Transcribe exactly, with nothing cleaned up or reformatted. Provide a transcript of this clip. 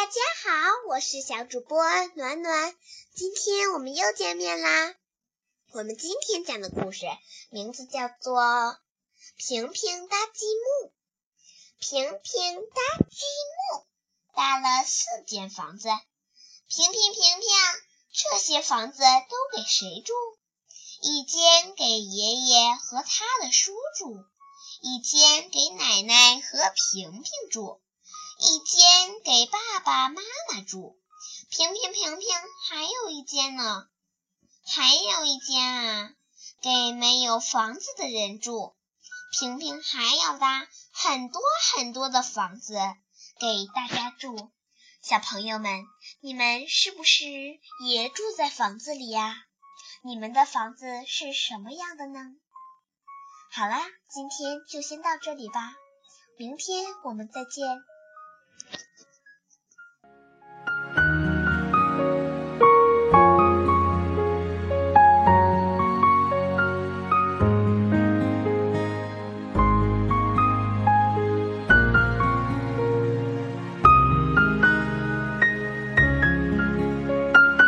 大家好，我是小主播暖暖，今天我们又见面啦。我们今天讲的故事名字叫做《平平搭积木》。平平搭积木，搭了四间房子。平平平平，这些房子都给谁住？一间给爷爷和他的叔住，一间给奶奶和平平住，一间给爸爸妈妈住。平平平平，还有一间呢，还有一间啊，给没有房子的人住。平平还要搭很多很多的房子给大家住。小朋友们，你们是不是也住在房子里呀？你们的房子是什么样的呢？好啦，今天就先到这里吧，明天我们再见。